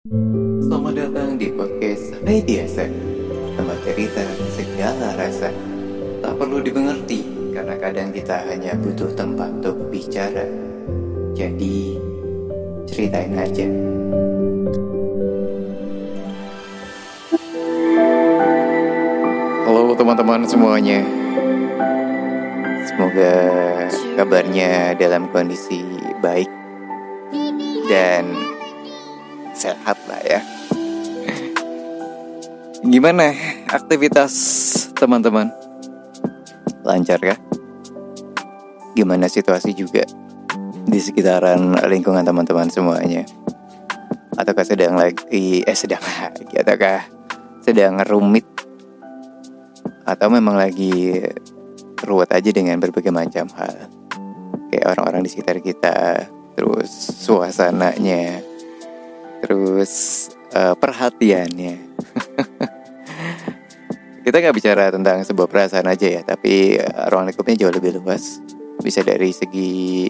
Selamat datang di podcast Hai Biasa, tempat cerita segala rasa. Tak perlu dimengerti, karena kadang kita hanya butuh tempat untuk bicara. Jadi, ceritain aja. Halo teman-teman semuanya. Semoga kabarnya dalam kondisi baik dan sehat lah ya. Gimana aktivitas teman-teman? Lancar kah? Gimana situasi juga di sekitaran lingkungan teman-teman semuanya? Ataukah sedang lagi ataukah sedang rumit? Atau memang lagi ruwet aja dengan berbagai macam hal? Kayak orang-orang di sekitar kita, terus suasananya, terus perhatiannya. Kita gak bicara tentang sebuah perasaan aja ya, tapi ruang lingkupnya jauh lebih luas. Bisa dari segi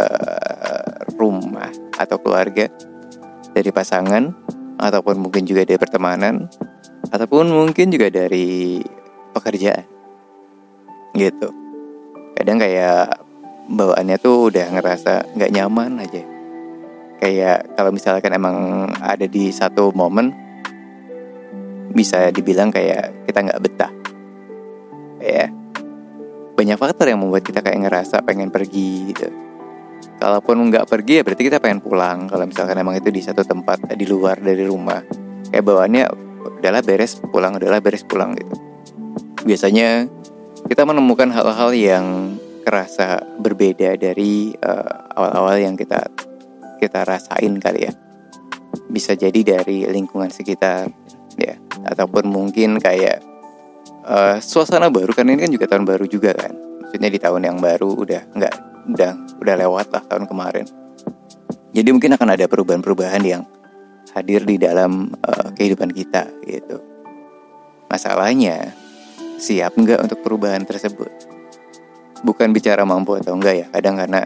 rumah atau keluarga, dari pasangan, ataupun mungkin juga dari pertemanan, ataupun mungkin juga dari pekerjaan gitu. Kadang kayak bawaannya tuh udah ngerasa gak nyaman aja. Kayak kalau misalkan emang ada di satu momen, bisa dibilang kayak kita gak betah ya. Banyak faktor yang membuat kita kayak ngerasa pengen pergi gitu. Kalaupun gak pergi ya berarti kita pengen pulang. Kalau misalkan emang itu di satu tempat di luar dari rumah, kayak bawaannya udahlah beres pulang gitu. Biasanya kita menemukan hal-hal yang kerasa berbeda dari awal-awal yang kita rasain kali ya. Bisa jadi dari lingkungan sekitar ya, ataupun mungkin kayak suasana baru, karena ini kan juga tahun baru juga kan. Maksudnya di tahun yang baru udah lewat lah tahun kemarin. Jadi mungkin akan ada perubahan-perubahan yang hadir di dalam kehidupan kita gitu. Masalahnya, siap nggak untuk perubahan tersebut? Bukan bicara mampu atau enggak ya, kadang karena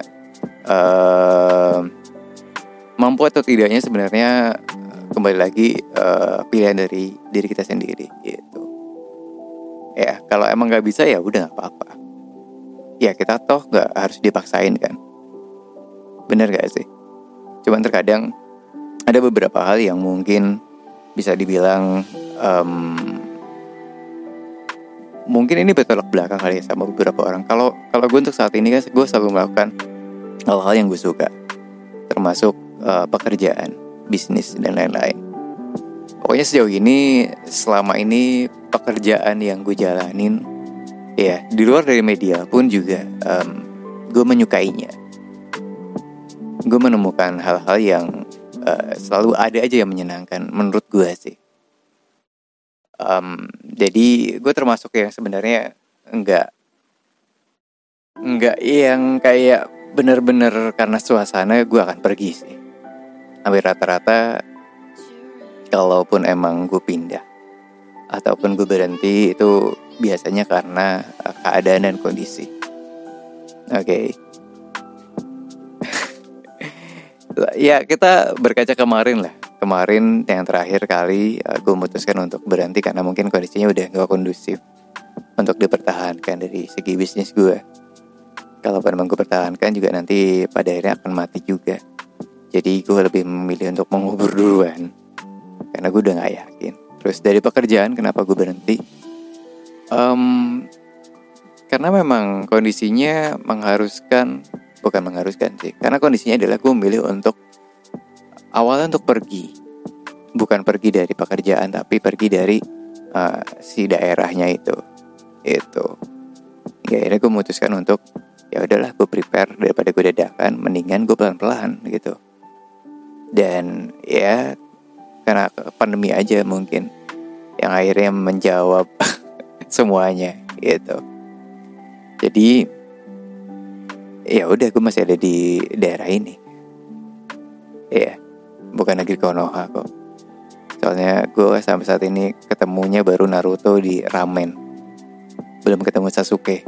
mampu atau tidaknya sebenarnya kembali lagi pilihan dari diri kita sendiri gitu. Ya kalau emang nggak bisa ya udah nggak apa-apa. Ya kita toh nggak harus dipaksain kan. Bener gak sih? Cuman terkadang ada beberapa hal yang mungkin bisa dibilang mungkin ini bertolak belakang kali ya sama beberapa orang. Kalau gue untuk saat ini kan gue selalu melakukan hal-hal yang gue suka, termasuk pekerjaan, bisnis dan lain-lain. Pokoknya sejauh ini, selama ini pekerjaan yang gue jalanin ya di luar dari media pun juga gue menyukainya. Gue menemukan hal-hal yang selalu ada aja yang menyenangkan menurut gue sih. Jadi gue termasuk yang sebenarnya enggak yang kayak bener-bener karena suasana gue akan pergi sih. Hampir rata-rata kalaupun emang gue pindah ataupun gue berhenti itu biasanya karena keadaan dan kondisi. Oke. Ya kita berkaca kemarin lah. Kemarin yang terakhir kali gue memutuskan untuk berhenti karena mungkin kondisinya udah gak kondusif untuk dipertahankan dari segi bisnis gue. Kalau memang gue pertahankan juga nanti pada akhirnya akan mati juga. Jadi gue lebih memilih untuk mengubur duluan karena gue udah gak yakin. Terus dari pekerjaan kenapa gue berhenti? Karena memang kondisinya bukan mengharuskan sih. Karena kondisinya adalah gue memilih untuk awalnya untuk pergi. Bukan pergi dari pekerjaan, tapi pergi dari si daerahnya itu. Akhirnya gue memutuskan untuk ya udahlah gue prepare daripada gue dadakan, mendingan gue pelan-pelan gitu. Dan ya karena pandemi aja mungkin yang akhirnya menjawab semuanya gitu. Jadi ya udah gue masih ada di daerah ini. Iya, bukan negeri Konoha kok. Soalnya gue sampai saat ini ketemunya baru Naruto di ramen, belum ketemu Sasuke.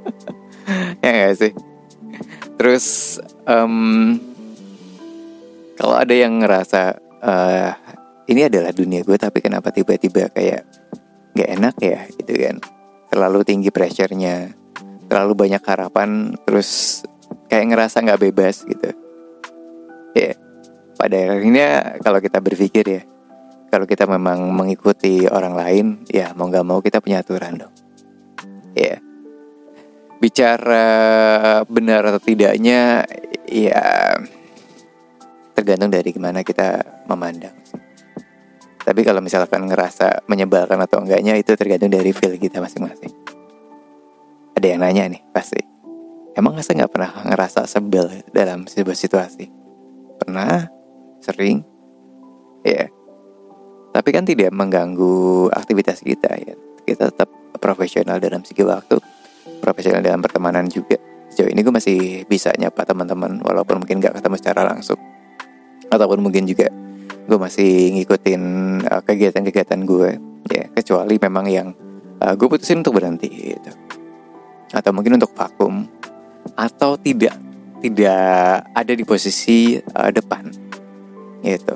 Ya gak sih? Terus Kalau ada yang ngerasa ini adalah dunia gue, tapi kenapa tiba-tiba kayak gak enak ya gitu kan, terlalu tinggi pressure-nya, terlalu banyak harapan, terus kayak ngerasa gak bebas gitu ya. Pada akhirnya kalau kita berpikir ya, kalau kita memang mengikuti orang lain, ya mau gak mau kita punya aturan dong ya. Bicara benar atau tidaknya ya tergantung dari gimana kita memandang. Tapi kalau misalkan ngerasa menyebalkan atau enggaknya, itu tergantung dari feel kita masing-masing. Ada yang nanya nih pasti, emang saya gak pernah ngerasa sebel dalam sebuah situasi? Pernah, sering ya. Tapi kan tidak mengganggu aktivitas kita ya. Kita tetap profesional dalam segi waktu, profesional dalam pertemanan juga. Sejauh ini gue masih bisa nyapa teman-teman walaupun mungkin gak ketemu secara langsung, ataupun mungkin juga gue masih ngikutin kegiatan-kegiatan gue ya, kecuali memang yang gue putusin untuk berhenti gitu, atau mungkin untuk vakum, atau tidak ada di posisi depan gitu.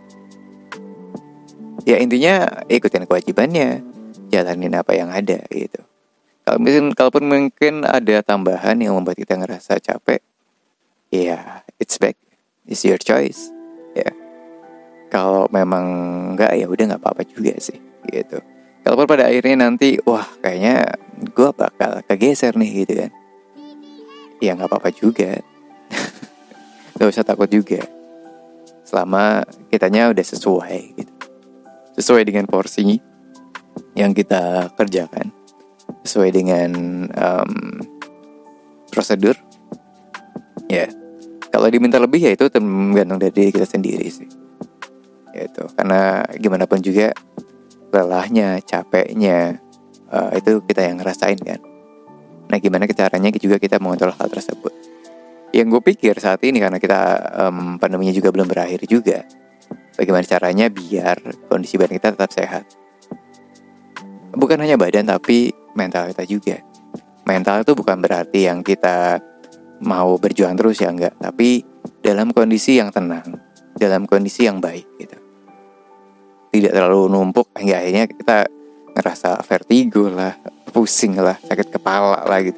Ya intinya ikutin kewajibannya, jalanin apa yang ada gitu. Kalaupun mungkin ada tambahan yang membuat kita ngerasa capek, ya it's your choice ya. Kalau memang enggak, ya udah nggak apa-apa juga sih gitu. Kalaupun pada akhirnya nanti wah kayaknya gue bakal kegeser nih gitu kan, ya nggak apa-apa juga. Gak usah takut juga, selama kitanya udah sesuai gitu, sesuai dengan porsi yang kita kerjakan, sesuai dengan prosedur ya. Kalau diminta lebih ya itu tergantung dari diri kita sendiri sih gitu. Karena gimana pun juga lelahnya, capeknya itu kita yang ngerasain kan. Nah gimana caranya juga kita mengontrol hal tersebut. Yang gue pikir saat ini, karena kita pandeminya juga belum berakhir juga, bagaimana caranya biar kondisi badan kita tetap sehat. Bukan hanya badan tapi mental kita juga. Mental itu bukan berarti yang kita mau berjuang terus ya, enggak. Tapi dalam kondisi yang tenang, dalam kondisi yang baik gitu. Tidak terlalu numpuk hingga akhirnya kita ngerasa vertigo lah, pusing lah, sakit kepala lah gitu.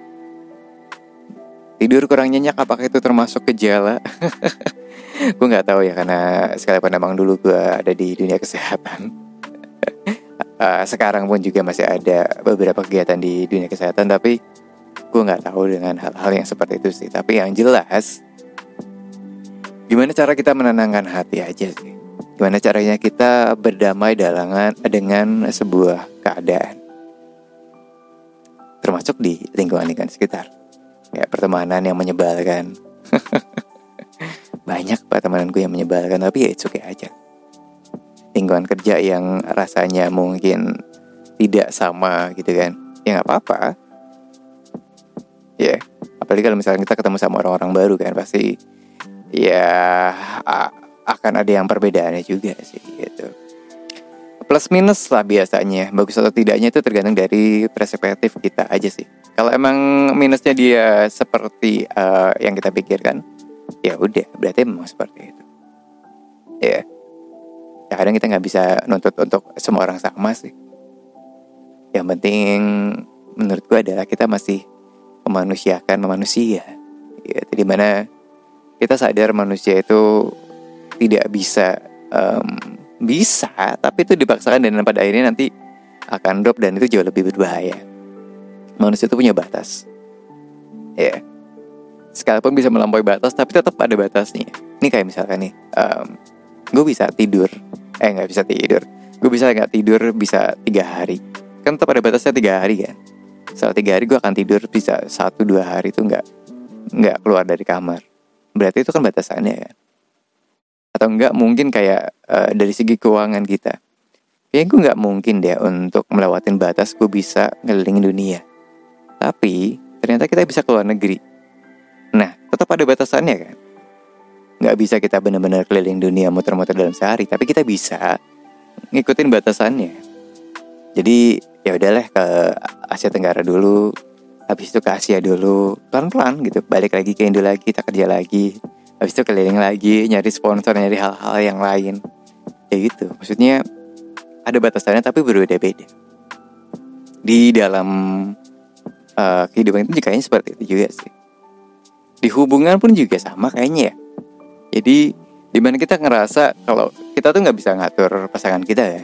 Tidur kurang nyenyak, apakah itu termasuk gejala? Gue nggak tahu ya, karena sekalipun emang dulu gue ada di dunia kesehatan. Sekarang pun juga masih ada beberapa kegiatan di dunia kesehatan, tapi gue nggak tahu dengan hal-hal yang seperti itu sih. Tapi yang jelas, gimana cara kita menenangkan hati aja sih. Gimana caranya kita berdamai dengan sebuah keadaan, termasuk di lingkungan sekitar. Ya pertemanan yang menyebalkan. Banyak pertemanan gue yang menyebalkan, tapi ya it's okay aja. Lingkungan kerja yang rasanya mungkin tidak sama gitu kan, ya gak apa-apa. Ya apalagi kalau misalnya kita ketemu sama orang-orang baru kan, pasti ya akan ada yang perbedaannya juga sih gitu. Plus minus lah biasanya, bagus atau tidaknya itu tergantung dari perspektif kita aja sih. Kalau emang minusnya dia seperti yang kita pikirkan, ya udah berarti memang seperti itu. Ya kadang kita nggak bisa nuntut untuk semua orang sama sih. Yang penting menurut gue adalah kita masih memanusiakan manusia gitu, dimana kita sadar manusia itu tidak bisa tapi itu dipaksakan, dan pada akhirnya nanti akan drop, dan itu jauh lebih berbahaya. Manusia itu punya batas ya. Sekalipun bisa melampaui batas, tapi tetap ada batasnya. Ini kayak misalkan nih, gue bisa tidur nggak bisa tidur, gue bisa nggak tidur bisa 3 hari, kan tetap ada batasnya 3 hari kan. Setelah 3 hari gue akan tidur bisa 1-2 hari itu nggak keluar dari kamar. Berarti itu kan batasannya kan. Atau enggak mungkin kayak dari segi keuangan kita, ya gue nggak mungkin deh untuk melewatin batas gue bisa ngelilingin dunia, tapi ternyata kita bisa keluar negeri. Nah tetap ada batasannya kan. Nggak bisa kita benar-benar keliling dunia muter-muter dalam sehari, tapi kita bisa ngikutin batasannya. Jadi ya udahlah ke Asia Tenggara dulu, habis itu ke Asia dulu, pelan-pelan gitu, balik lagi ke Indo lagi, kita kerja lagi, Habis itu keliling lagi, nyari sponsor, nyari hal-hal yang lain. Ya gitu, maksudnya ada batasannya tapi berbeda-beda. Di dalam kehidupan itu kayaknya seperti itu juga sih. Di hubungan pun juga sama kayaknya ya. Jadi dimana kita ngerasa kalau kita tuh gak bisa ngatur pasangan kita kan.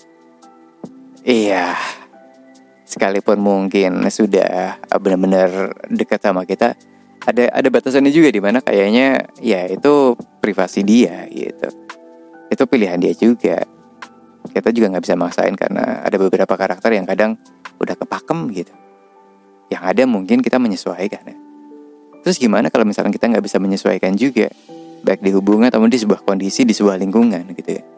Iya, sekalipun mungkin sudah benar-benar dekat sama kita, ada batasannya juga di mana kayaknya ya itu privasi dia gitu. Itu pilihan dia juga. Kita juga nggak bisa maksain karena ada beberapa karakter yang kadang udah kepakem gitu. Yang ada mungkin kita menyesuaikan ya. Terus gimana kalau misalkan kita nggak bisa menyesuaikan juga, baik di hubungan ataupun di sebuah kondisi, di sebuah lingkungan gitu ya.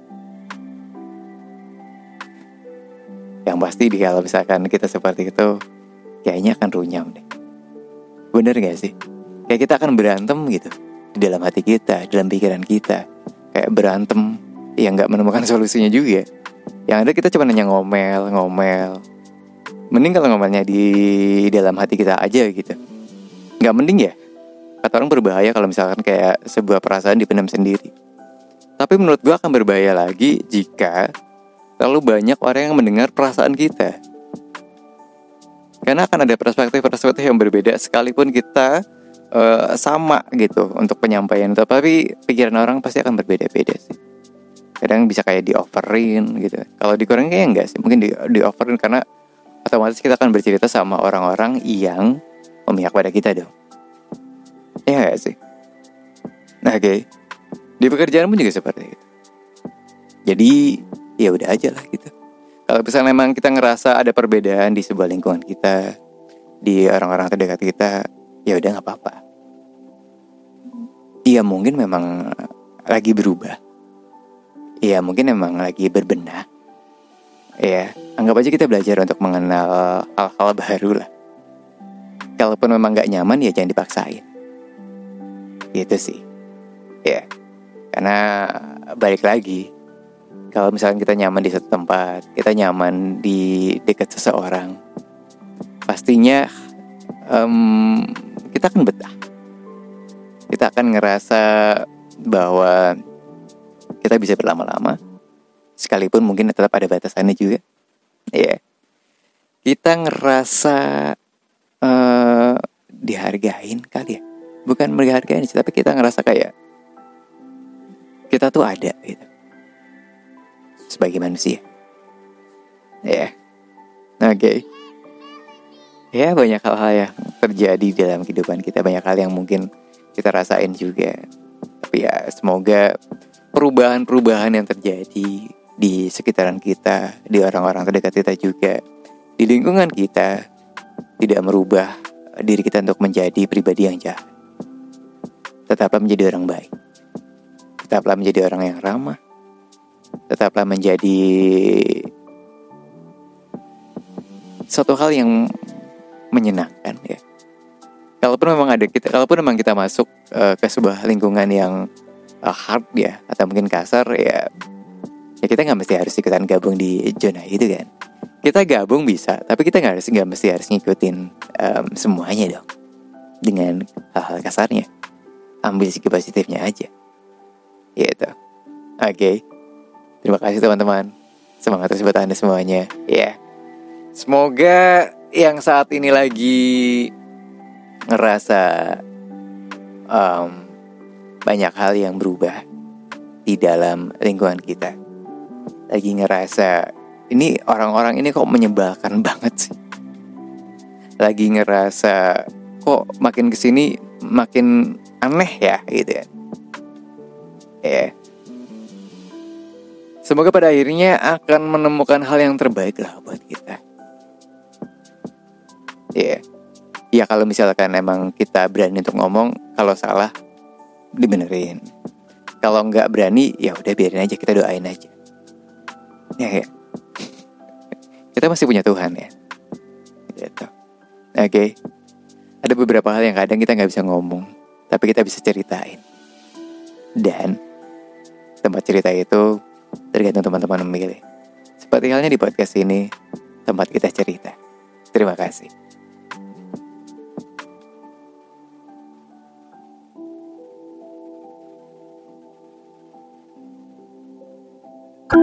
Yang pasti kalau misalkan kita seperti itu, kayaknya akan runyam deh. Bener gak sih? Kayak kita akan berantem gitu di dalam hati kita, dalam pikiran kita. Kayak berantem yang gak menemukan solusinya juga. Yang ada kita cuma nanya ngomel. Mending kalau ngomelnya di dalam hati kita aja gitu. Gak mending ya? Kata orang berbahaya kalau misalkan kayak sebuah perasaan dipendam sendiri. Tapi menurut gue akan berbahaya lagi jika terlalu banyak orang yang mendengar perasaan kita. Karena akan ada perspektif yang berbeda sekalipun kita sama gitu untuk penyampaian itu. Tapi pikiran orang pasti akan berbeda-beda sih. Kadang bisa kayak di-overin gitu. Kalau dikurangin kayaknya enggak sih. Mungkin di-overin karena otomatis kita akan bercerita sama orang-orang yang memihak pada kita dong. Iya gak sih? Nah oke. Di pekerjaan pun juga seperti itu. Jadi ya udah aja lah gitu. Kalau misalnya memang kita ngerasa ada perbedaan di sebuah lingkungan kita, di orang-orang terdekat kita, ya udah nggak apa-apa. Iya mungkin memang lagi berubah. Iya mungkin memang lagi berbenah. Ya anggap aja kita belajar untuk mengenal hal-hal baru lah. Kalaupun memang nggak nyaman ya jangan dipaksain. Gitu sih. Ya karena balik lagi. Kalau misalkan kita nyaman di satu tempat, kita nyaman di dekat seseorang, pastinya kita akan betah. Kita akan ngerasa bahwa kita bisa berlama-lama, sekalipun mungkin tetap ada batasannya juga. Ya, kita ngerasa dihargain kali ya. Bukan menghargain sih, tapi kita ngerasa kayak kita tuh ada gitu. Sebagai manusia. Ya. Oke. Ya banyak hal-hal yang terjadi dalam kehidupan kita. Banyak hal yang mungkin kita rasain juga. Tapi ya semoga perubahan-perubahan yang terjadi di sekitaran kita, di orang-orang terdekat kita juga, di lingkungan kita, tidak merubah diri kita untuk menjadi pribadi yang jahat. Tetaplah menjadi orang baik. Tetaplah menjadi orang yang ramah. Tetaplah menjadi suatu hal yang menyenangkan ya. Kalaupun memang kita masuk ke sebuah lingkungan yang hard ya, atau mungkin kasar ya kita nggak mesti harus ikutan gabung di zona itu kan. Kita gabung bisa, tapi kita nggak mesti harus ngikutin semuanya dong. Dengan hal-hal kasarnya, ambil segi positifnya aja. Gitu. Oke. Terima kasih teman-teman. Semangat terus buat Anda semuanya. Ya. Semoga yang saat ini lagi ngerasa banyak hal yang berubah di dalam lingkungan kita. Lagi ngerasa ini orang-orang ini kok menyebalkan banget sih. Lagi ngerasa kok makin kesini makin aneh ya gitu kan. Ya. Semoga pada akhirnya akan menemukan hal yang terbaik lah buat kita. Ya, ya kalau misalkan emang kita berani untuk ngomong, kalau salah dibenerin. Kalau nggak berani, ya udah biarin aja, kita doain aja. Ya. Kita masih punya Tuhan ya. Gitu. Oke. Ada beberapa hal yang kadang kita nggak bisa ngomong, tapi kita bisa ceritain. Dan tempat cerita itu tergantung teman-teman memilih. Seperti halnya di podcast ini, tempat kita cerita. Terima kasih.